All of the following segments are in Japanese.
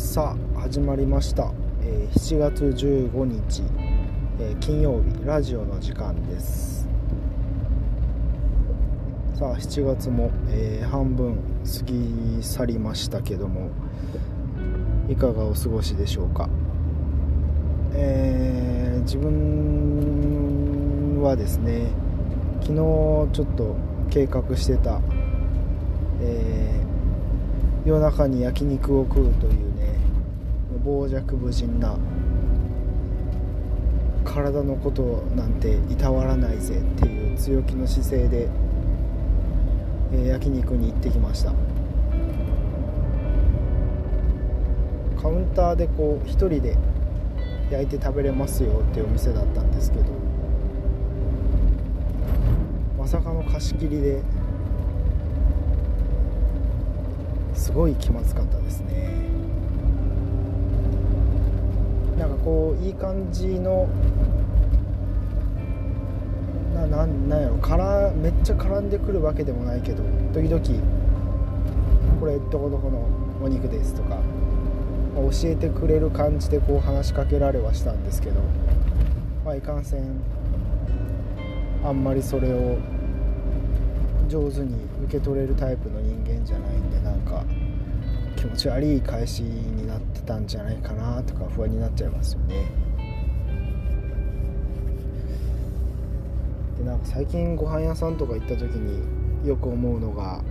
さあ始まりました、7月15日、金曜日ラジオの時間です。さあ7月も、半分過ぎ去りましたけども、いかがお過ごしでしょうか。自分はですね、昨日ちょっと計画してた、夜中に焼肉を食うというね、傍若無人な、体のことなんていたわらないぜっていう強気の姿勢で、焼肉に行ってきました。カウンターでこう一人で焼いて食べれますよっていうお店だったんですけど、まさかの貸し切りですごい気まずかったですね。なんかこういい感じのなんやろ、めっちゃ絡んでくるわけでもないけど、時々これどこどこのお肉ですとか教えてくれる感じでこう話しかけられはしたんですけど、いかんせんあんまりそれを上手に受け取れるタイプの人間じゃないんで、なんか気持ち悪い返しになってたんじゃないかなとか不安になっちゃいますよね。でなんか最近ご飯屋さんとか行った時によく思うのが、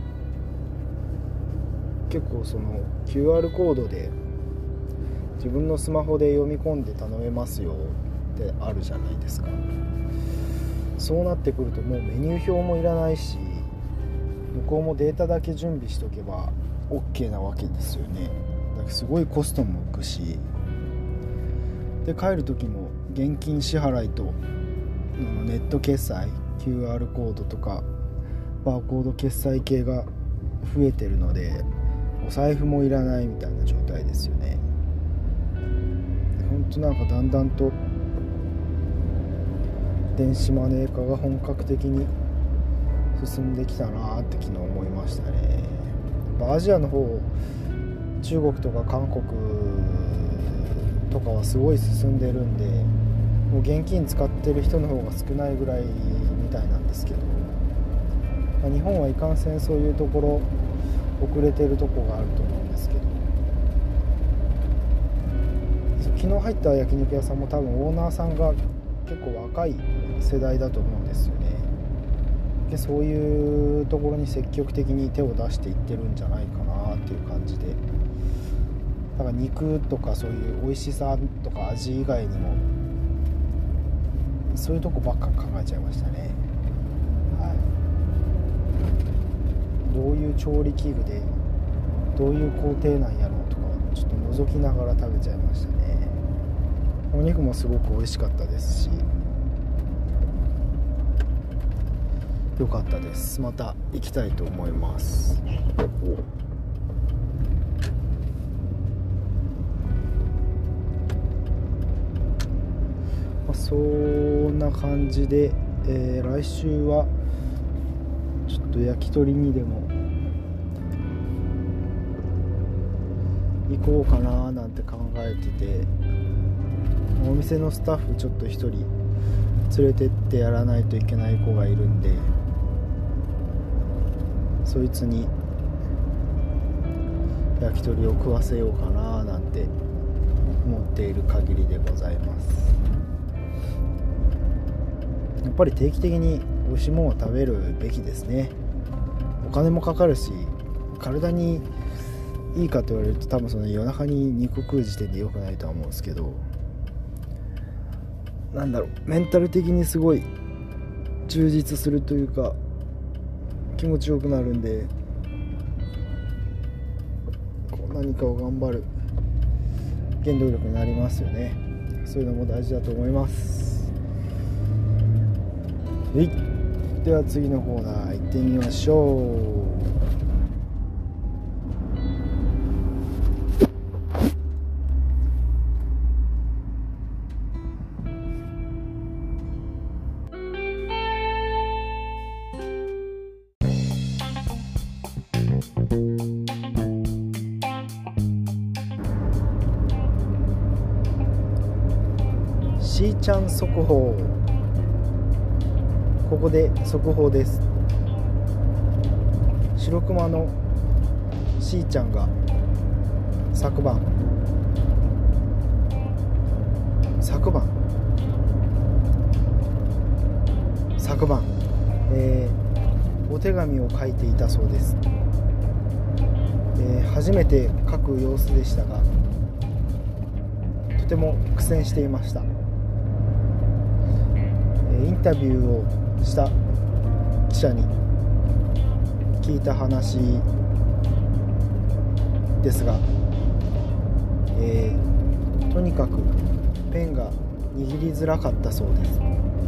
結構その QR コードで自分のスマホで読み込んで頼めますよってあるじゃないですか。そうなってくるともうメニュー表もいらないし、向こうもデータだけ準備しとけば OK なわけですよね。だからすごいコストも浮くし、で帰る時も現金支払いとネット決済 QR コードとかバーコード決済系が増えてるので、お財布もいらないみたいな状態ですよね。本当なんかだんだんと電子マネー化が本格的に進んできたなって昨日思いましたね。アジアの方、中国とか韓国とかはすごい進んでるんで、もう現金使ってる人の方が少ないぐらいみたいなんですけど、日本はいかんせんそういうところ遅れてるとこがあると思うんですけど、昨日入った焼肉屋さんも多分オーナーさんが結構若い世代だと思うんですよね。でそういうところに積極的に手を出していってるんじゃないかなっていう感じで、だから肉とかそういう美味しさとか味以外にもそういうとこばっか考えちゃいましたね。どういう調理器具でどういう工程なんやろうとかちょっと覗きながら食べちゃいましたね。お肉もすごく美味しかったですし、良かったです。また行きたいと思います。そんな感じで、来週はちょっと焼き鳥にでも行こうかななんて考えてて、お店のスタッフちょっと一人連れてってやらないといけない子がいるんで、そいつに焼き鳥を食わせようかななんて思っている限りでございます。やっぱり定期的に美味しいものを食べるべきですね。お金もかかるし、体にいいかと言われると多分その夜中に肉食う時点で良くないとは思うんですけど、なんだろう、メンタル的にすごい充実するというか気持ちよくなるんで、こう何かを頑張る原動力になりますよね。そういうのも大事だと思います。では次のコーナー行ってみましょう。 しーちゃん速報。ここで速報です。白熊のしーちゃんが昨晩お手紙を書いていたそうです。初めて書く様子でしたが、とても苦戦していました。インタビューをした記者に聞いた話ですが、とにかくペンが握りづらかったそうです。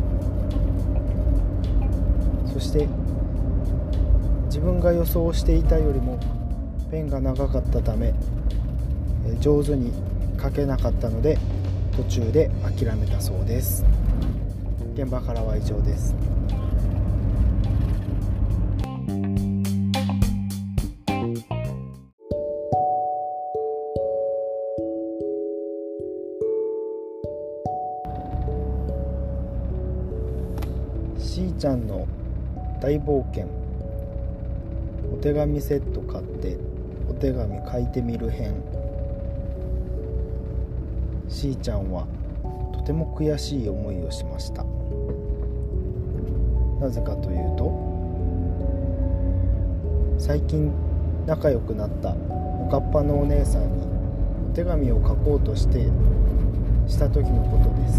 そして自分が予想していたよりもペンが長かったため、上手に書けなかったので途中で諦めたそうです。現場からは以上です。しーちゃんの大冒険、お手紙セット買ってお手紙書いてみる編。しーちゃんはとても悔しい思いをしました。なぜかというと、最近仲良くなったおかっぱのお姉さんにお手紙を書こうとした時のことです。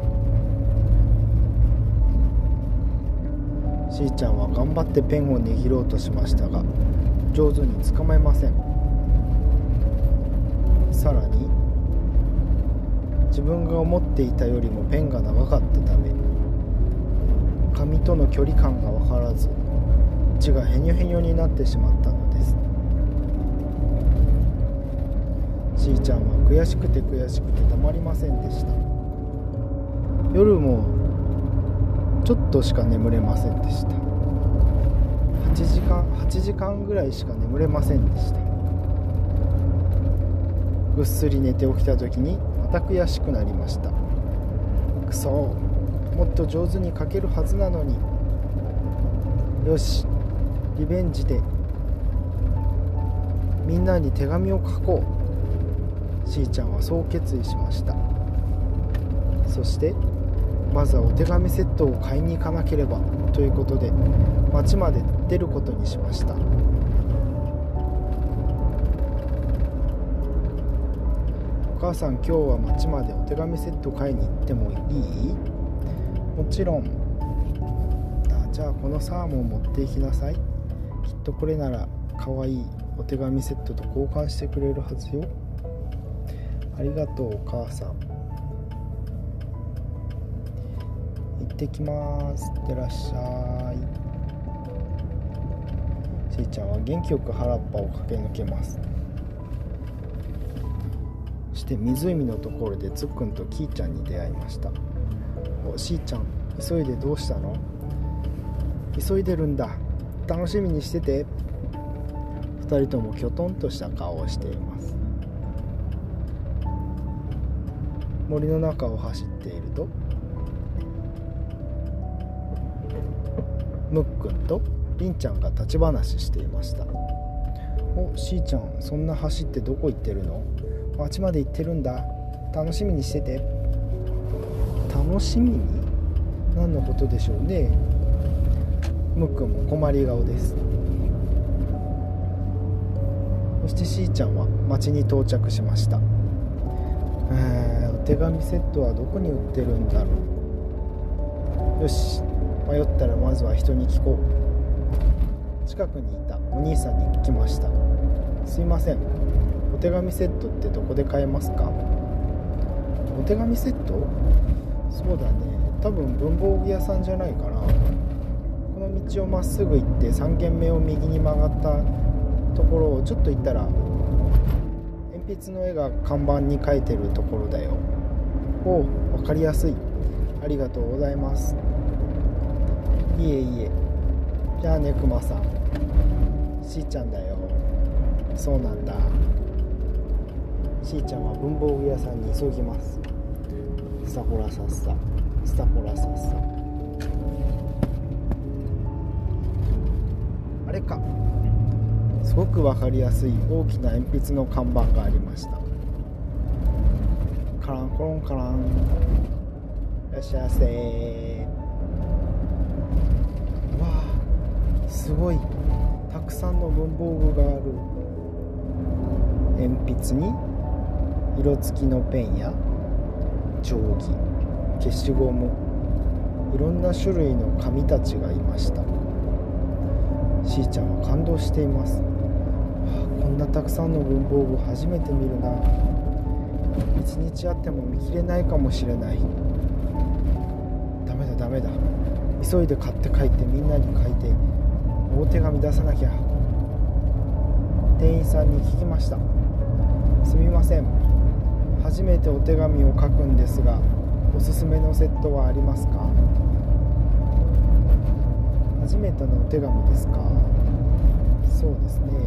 しーちゃんは頑張ってペンを握ろうとしましたが、上手につかめません。さらに自分が思っていたよりもペンが長かったため、紙との距離感が分からず字がへにょへにょになってしまったのです。しーちゃんは悔しくてたまりませんでした。夜もちょっとしか眠れませんでした。8時間ぐらいしか眠れませんでした。ぐっすり寝て起きた時にまた悔しくなりました。くそ、もっと上手に書けるはずなのに。よし、リベンジでみんなに手紙を書こう。しーちゃんはそう決意しました。そしてまずはお手紙セットを買いに行かなければということで、町まで出ることにしました。お母さん、今日は町までお手紙セット買いに行ってもいい？もちろん。じゃあこのサーモン持っていきなさい。きっとこれならかわいいお手紙セットと交換してくれるはずよ。ありがとうお母さん。行ってきます。いってらっしゃい。しーちゃんは元気よく原っぱを駆け抜けます。そして湖のところでつっくんときーちゃんに出会いました。お、しーちゃん、急いでどうしたの？急いでるんだ。楽しみにしてて。二人ともきょとんとした顔をしています。森の中を走っていると、むっくんとりんちゃんが立ち話していました。お、しーちゃん、そんな走ってどこ行ってるの？町まで行ってるんだ。楽しみにしてて。楽しみに？何のことでしょうね。むっくんも困り顔です。そしてしーちゃんは町に到着しました。お手紙セットはどこに売ってるんだろう。よし、迷ったらまずは人に聞こう。近くにいたお兄さんに聞きました。すいません、お手紙セットってどこで買えますか？お手紙セット？そうだね、多分文房具屋さんじゃないかな。この道をまっすぐ行って3軒目を右に曲がったところをちょっと行ったら鉛筆の絵が看板に描いてるところだよ。おう、わかりやすい。ありがとうございます。いえいえ。じゃあね、くまさん。しーちゃんだよ。そうなんだ。しーちゃんは文房具屋さんに急ぎます。 スタコラサッサスタコラサッサ、あれか、すごく分かりやすい大きな鉛筆の看板がありました。カランコロンカラン、いらっしゃいませ。わあ、すごいたくさんの文房具がある。鉛筆に色付きのペンや定規、消しゴム、いろんな種類の紙たちがいました。しーちゃんは感動しています。こんなたくさんの文房具初めて見るな。一日あっても見切れないかもしれない。ダメだ、急いで買って帰ってみんなに書いて大手紙出さなきゃ。店員さんに聞きました。すみません、初めてお手紙を書くんですが、おすすめのセットはありますか？初めてのお手紙ですか？そうですね。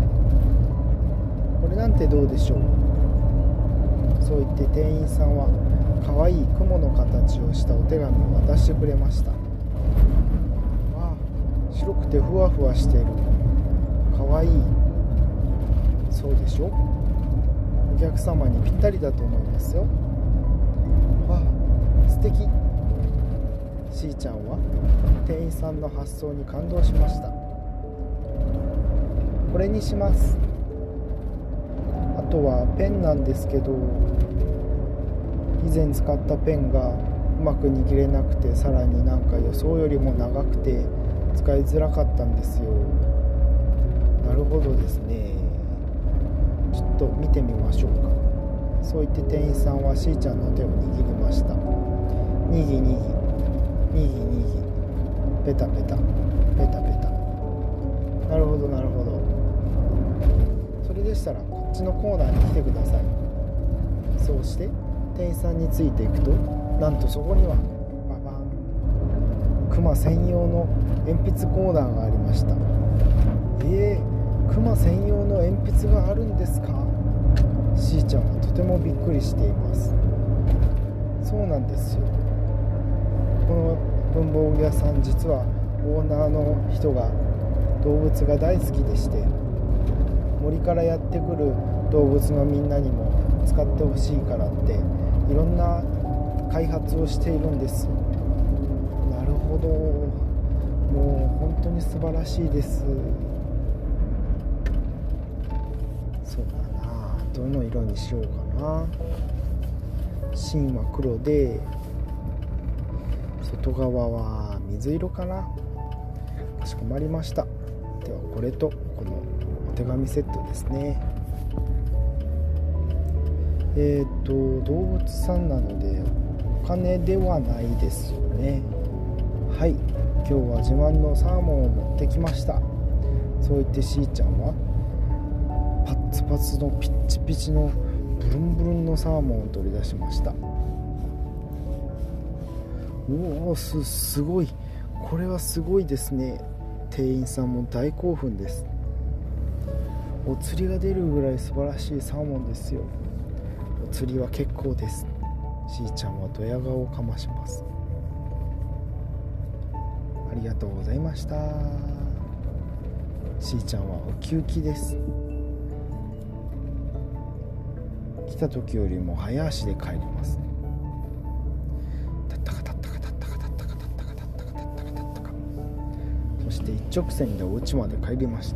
これなんてどうでしょう。そう言って店員さんはかわいい雲の形をしたお手紙を渡してくれました。わあ、白くてふわふわしている。かわいい。そうでしょ。お客様にぴったりだと思いますよ。わあ、素敵。しーちゃんは店員さんの発想に感動しました。これにします。あとはペンなんですけど、以前使ったペンがうまく握れなくて、さらになんか予想よりも長くて使いづらかったんですよ。なるほどですね。ちょっと見てみましょうか。そう言って店員さんはしーちゃんの手を握りました。にぎにぎにぎにぎ、ペタペタペタペタ。なるほどなるほど。それでしたらこっちのコーナーに来てください。そうして店員さんについていくと、なんとそこにはババン、クマ専用の鉛筆コーナーがありました。クマ専用の鉛筆があるんですか？しーちゃんはとてもびっくりしています。そうなんですよ。この文房具屋さん、実はオーナーの人が動物が大好きでして、森からやってくる動物のみんなにも使ってほしいからっていろんな開発をしているんです。なるほど、もう本当に素晴らしいです。そうだな、どの色にしようかな。芯は黒で外側は水色かな。かしこまりました。ではこれとこのお手紙セットですね。動物さんなのでお金ではないですよね。はい、今日は自慢のサーモンを持ってきました。そう言ってしーちゃんはパッツパツのピッチピチのブルンブルンのサーモンを取り出しました。おお、すごい、これはすごいですね。店員さんも大興奮です。お釣りが出るぐらい素晴らしいサーモンですよ。お釣りは結構です。しーちゃんはドヤ顔をかまします。ありがとうございました。しーちゃんはウキウキです。来た時よりも早足で帰ります。タッタカタッタカタッタカタッタカタッタカタッタカタッタカタッタカ。そして一直線でお家まで帰りました。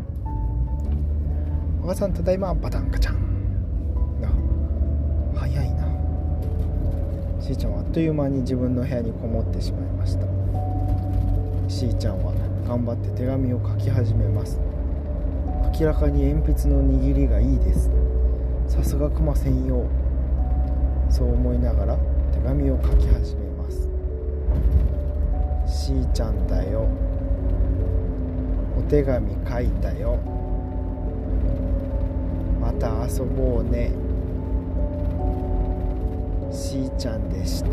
お母さんただいま、バタンカチャン。早いな。しーちゃんはあっという間に自分の部屋にこもってしまいました。しーちゃんは頑張って手紙を書き始めます。明らかに鉛筆の握りがいいです。さすがクマ専用。そう思いながら手紙を書き始めます。しーちゃんだよ、お手紙書いたよ、また遊ぼうね、しーちゃんでした。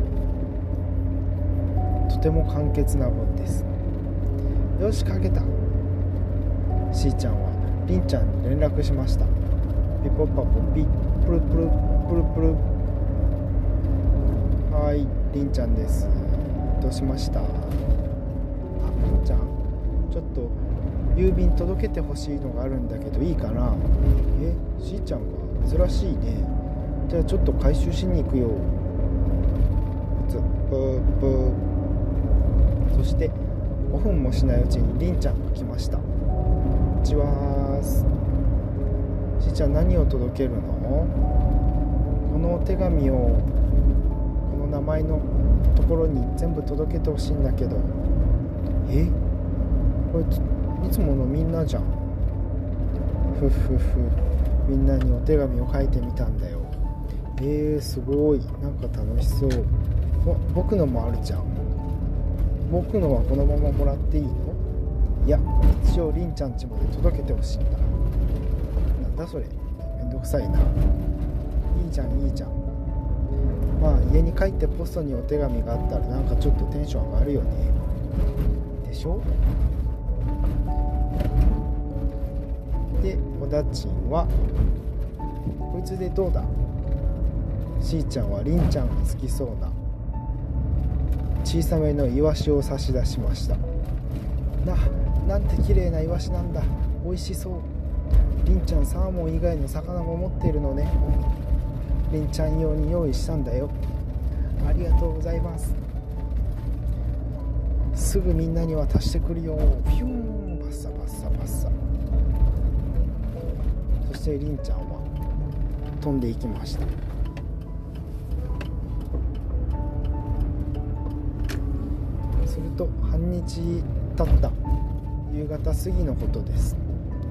とても簡潔な文です。よし、書けた。しーちゃんはりんちゃんに連絡しました。ピポッパポピプルプルプルプル。 りんちゃんです。どうしました？あ、ももちゃん、ちょっと郵便届けてほしいのがあるんだけどいいかな？しーちゃんが珍しいね。じゃあちょっと回収しに行くよ。プープー。そして5分もしないうちにりんちゃんが来ました。こんにちはーす。しーちゃん、何を届けるの？このお手紙をこの名前のところに全部届けてほしいんだけど。これいつものみんなじゃん。ふふふ。みんなにお手紙を書いてみたんだよ。すごい、なんか楽しそう。僕のもあるじゃん。僕のはこのままもらっていいの？いや、一応りんちゃん家まで届けてほしいんだ。なんだそれ、めんどくさいな。いいじゃんいいじゃん。まあ家に帰ってポストにお手紙があったらなんかちょっとテンション上がるよね。でしょ？で、おだちんはこいつでどうだ？しーちゃんはりんちゃんが好きそうな小さめのイワシを差し出しました。なんて綺麗なイワシなんだ。美味しそう。りんちゃん、サーモン以外の魚も持っているのね。りんちゃん用に用意したんだよ。ありがとうございます。すぐみんなに渡してくるよ。ピューン、バッサバッサバッサ。そしてりんちゃんは飛んでいきました。すると半日経った夕方過ぎのことです。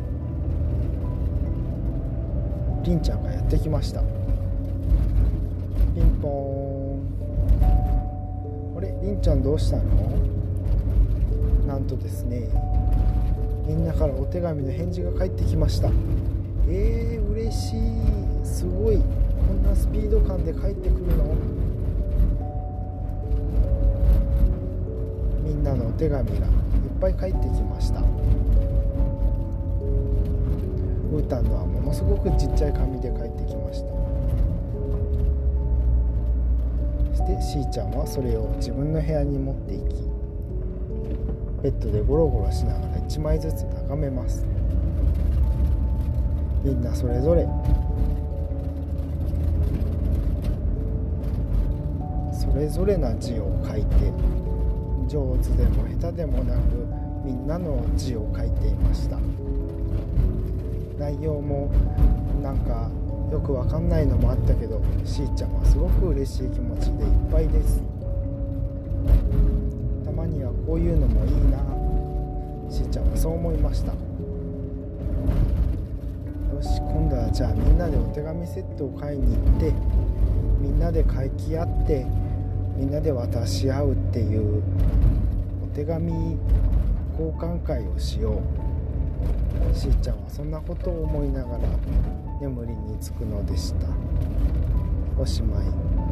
りんちゃんがやってきました。ピンポーン。あれ、りんちゃんどうしたの？なんとですね、みんなからお手紙の返事が返ってきました。嬉しい。すごい、こんなスピード感で返ってくるの？みんなのお手紙がいっぱい返ってきました。うーたんのはものすごくちっちゃい紙で返ってきました。そしてしーちゃんはそれを自分の部屋に持っていき、ベッドでゴロゴロしながら1枚ずつ眺めます。みんなそれぞれな字を書いて、上手でも下手でもなくみんなの字を書いていました。内容もなんかよくわかんないのもあったけど、しーちゃんはすごく嬉しい気持ちでいっぱいです。たまにはこういうのもいいな。しーちゃんはそう思いました。よし、今度はじゃあみんなでお手紙セットを買いに行って、みんなで書き合ってみんなで渡し合うっていうお手紙交換会をしよう。しーちゃんはそんなことを思いながら眠りにつくのでした。おしまい。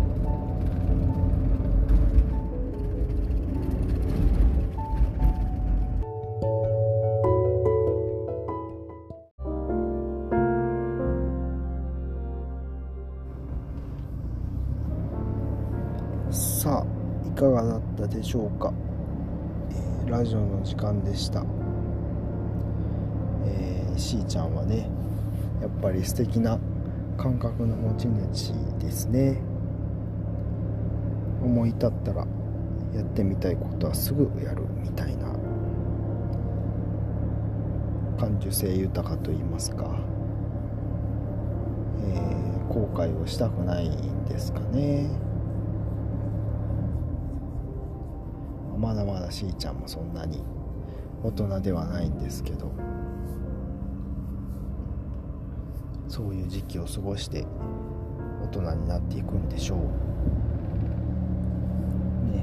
さあ、いかがだったでしょうか。ラジオの時間でした。しーちゃんはね、やっぱり素敵な感覚の持ち主ですね。思い立ったらやってみたいことはすぐやるみたいな感受性豊かと言いますか、後悔をしたくないんですかね。まだまだしーちゃんもそんなに大人ではないんですけど、そういう時期を過ごして大人になっていくんでしょうね。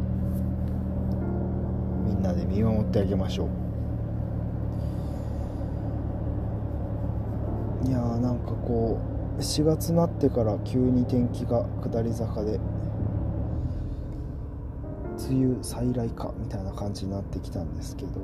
みんなで見守ってあげましょう。いやー、なんかこう4月になってから急に天気が下り坂で梅雨再来かみたいな感じになってきたんですけど、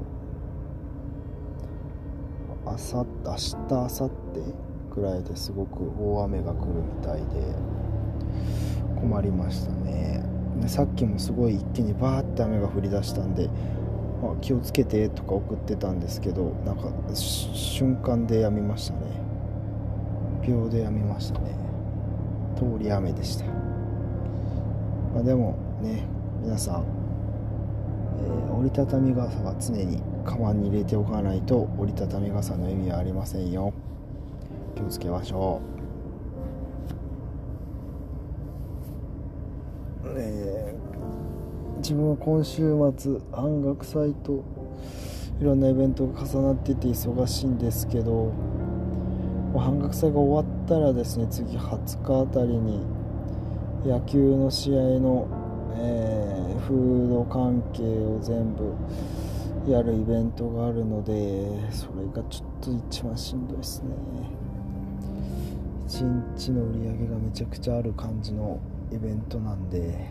明日明後日くらいですごく大雨が来るみたいで困りましたね。 さっきもすごい一気にバーって雨が降り出したんで、気をつけてとか送ってたんですけど、なんか瞬間でやみましたね。秒でやみましたね。通り雨でした。でもね、皆さん、折りたたみ傘は常にカバンに入れておかないと折りたたみ傘の意味はありませんよ。気をつけましょう。自分は今週末安楽祭といろんなイベントが重なってて忙しいんですけど、半額祭が終わったらですね、次20日あたりに野球の試合の、フード関係を全部やるイベントがあるので、それがちょっと一番しんどいですね。1日の売り上げがめちゃくちゃある感じのイベントなんで、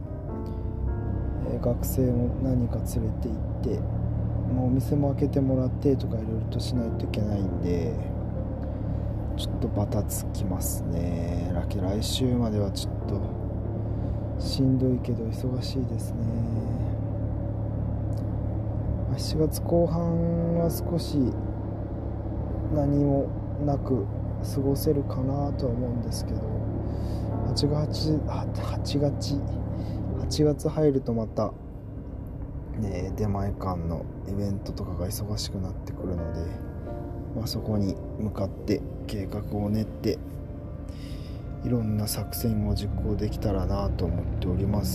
学生も何か連れて行って、お店も開けてもらってとかいろいろとしないといけないんで、ちょっとバタつきますね。来週まではちょっとしんどいけど忙しいですね。7月後半は少し何もなく過ごせるかなとは思うんですけど、8月入るとまた、出前館のイベントとかが忙しくなってくるので、そこに向かって計画を練っていろんな作戦を実行できたらなと思っております。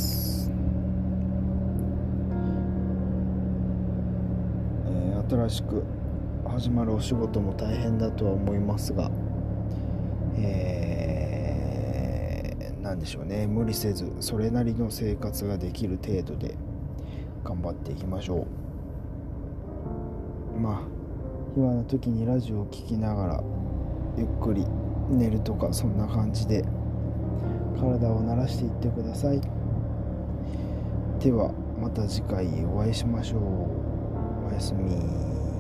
新しく始まるお仕事も大変だとは思いますが、なんでしょうね、無理せずそれなりの生活ができる程度で頑張っていきましょう。暇な時にラジオを聞きながらゆっくり寝るとか、そんな感じで体を慣らしていってください。ではまた次回お会いしましょう。おやすみ。